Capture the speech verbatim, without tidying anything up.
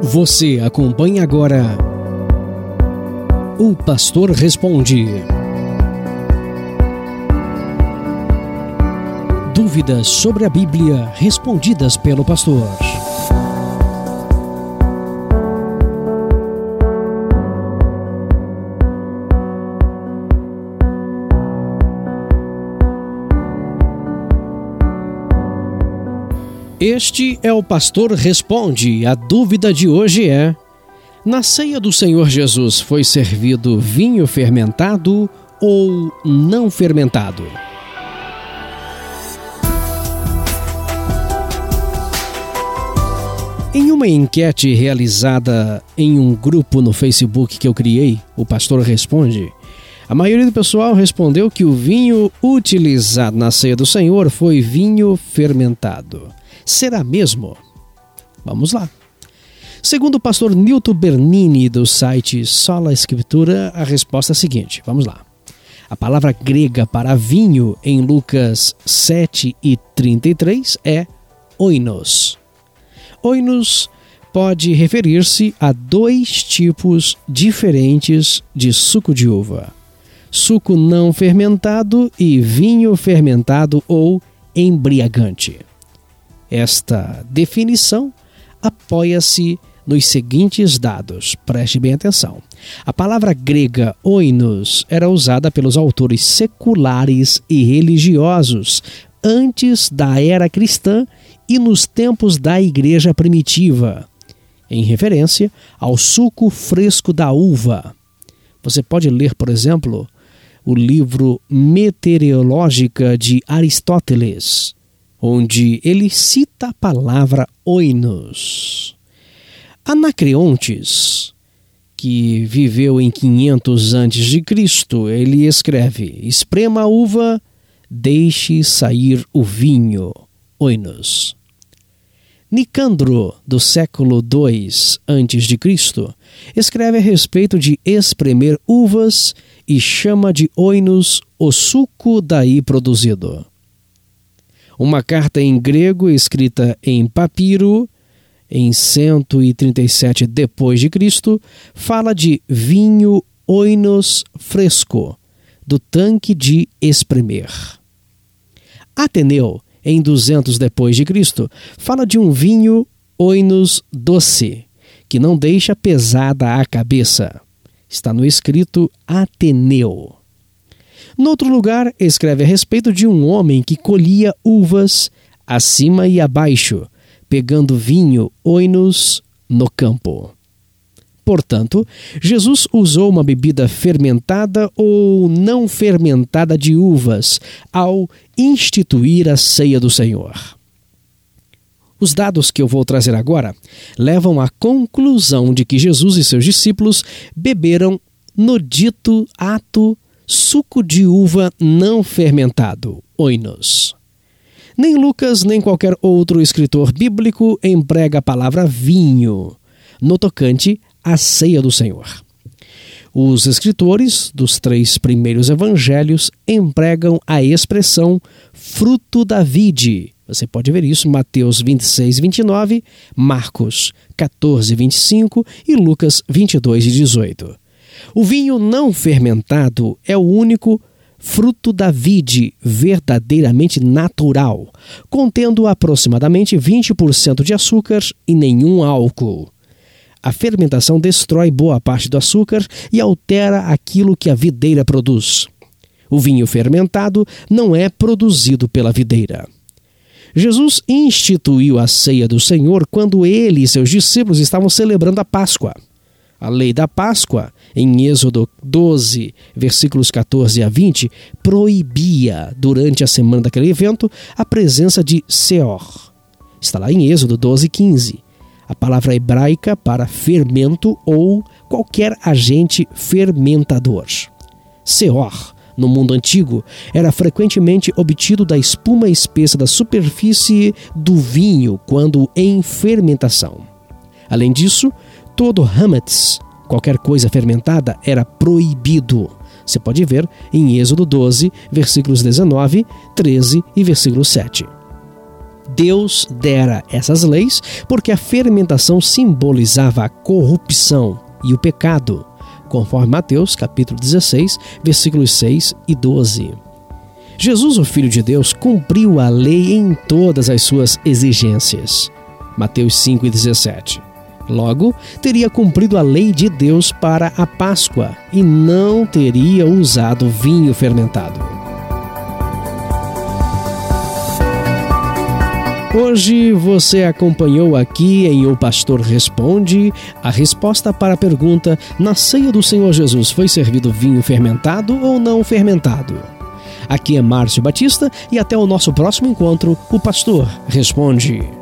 Você acompanha agora O Pastor Responde. Dúvidas sobre a Bíblia respondidas pelo pastor. Este é o Pastor Responde. A dúvida de hoje é: na ceia do Senhor Jesus foi servido vinho fermentado ou não fermentado? Em uma enquete realizada em um grupo no Facebook que eu criei, o Pastor Responde, a maioria do pessoal respondeu que o vinho utilizado na ceia do Senhor foi vinho fermentado. Será mesmo? Vamos lá. Segundo o pastor Nilton Bernini, do site Sola Escritura, a resposta é a seguinte. Vamos lá. A palavra grega para vinho em Lucas sete e trinta e três é oinos. Oinos pode referir-se a dois tipos diferentes de suco de uva: suco não fermentado e vinho fermentado ou embriagante. Esta definição apoia-se nos seguintes dados. Preste bem atenção. A palavra grega oinos era usada pelos autores seculares e religiosos antes da era cristã e nos tempos da igreja primitiva, em referência ao suco fresco da uva. Você pode ler, por exemplo, o livro Meteorológica de Aristóteles, onde ele cita a palavra oinos. Anacreontes, que viveu em quinhentos antes de Cristo, ele escreve: esprema a uva, deixe sair o vinho, oinos. Nicandro, do século dois antes de Cristo, escreve a respeito de espremer uvas e chama de oinos o suco daí produzido. Uma carta em grego escrita em papiro, em cento e trinta e sete depois de Cristo, fala de vinho oinos fresco, do tanque de espremer. Ateneu, em duzentos depois de Cristo, fala de um vinho oinos doce, que não deixa pesada a cabeça. Está no escrito Ateneu. Noutro lugar, escreve a respeito de um homem que colhia uvas acima e abaixo, pegando vinho oinos no campo. Portanto, Jesus usou uma bebida fermentada ou não fermentada de uvas ao instituir a ceia do Senhor. Os dados que eu vou trazer agora levam à conclusão de que Jesus e seus discípulos beberam no dito ato suco de uva não fermentado, oinos. Nem Lucas, nem qualquer outro escritor bíblico emprega a palavra vinho no tocante à ceia do Senhor. Os escritores dos três primeiros evangelhos empregam a expressão fruto da vide. Você pode ver isso em Mateus vinte e seis, vinte e nove, Marcos quatorze, vinte e cinco e Lucas vinte e dois, dezoito. O vinho não fermentado é o único fruto da vide verdadeiramente natural, contendo aproximadamente vinte por cento de açúcar e nenhum álcool. A fermentação destrói boa parte do açúcar e altera aquilo que a videira produz. O vinho fermentado não é produzido pela videira. Jesus instituiu a ceia do Senhor quando ele e seus discípulos estavam celebrando a Páscoa. A lei da Páscoa, em Êxodo doze, versículos quatorze a vinte, proibia, durante a semana daquele evento, a presença de seor. Está lá em Êxodo doze, quinze. A palavra hebraica para fermento ou qualquer agente fermentador. Seor, no mundo antigo, era frequentemente obtido da espuma espessa da superfície do vinho quando em fermentação. Além disso, todo hametz, qualquer coisa fermentada, era proibido. Você pode ver em Êxodo doze, versículos dezenove, treze e versículo sete. Deus dera essas leis porque a fermentação simbolizava a corrupção e o pecado, conforme Mateus capítulo dezesseis, versículos seis e doze. Jesus, o Filho de Deus, cumpriu a lei em todas as suas exigências. Mateus cinco e dezessete. Logo, teria cumprido a lei de Deus para a Páscoa e não teria usado vinho fermentado. Hoje você acompanhou aqui em O Pastor Responde a resposta para a pergunta: na ceia do Senhor Jesus foi servido vinho fermentado ou não fermentado? Aqui é Márcio Batista e até o nosso próximo encontro, O Pastor Responde.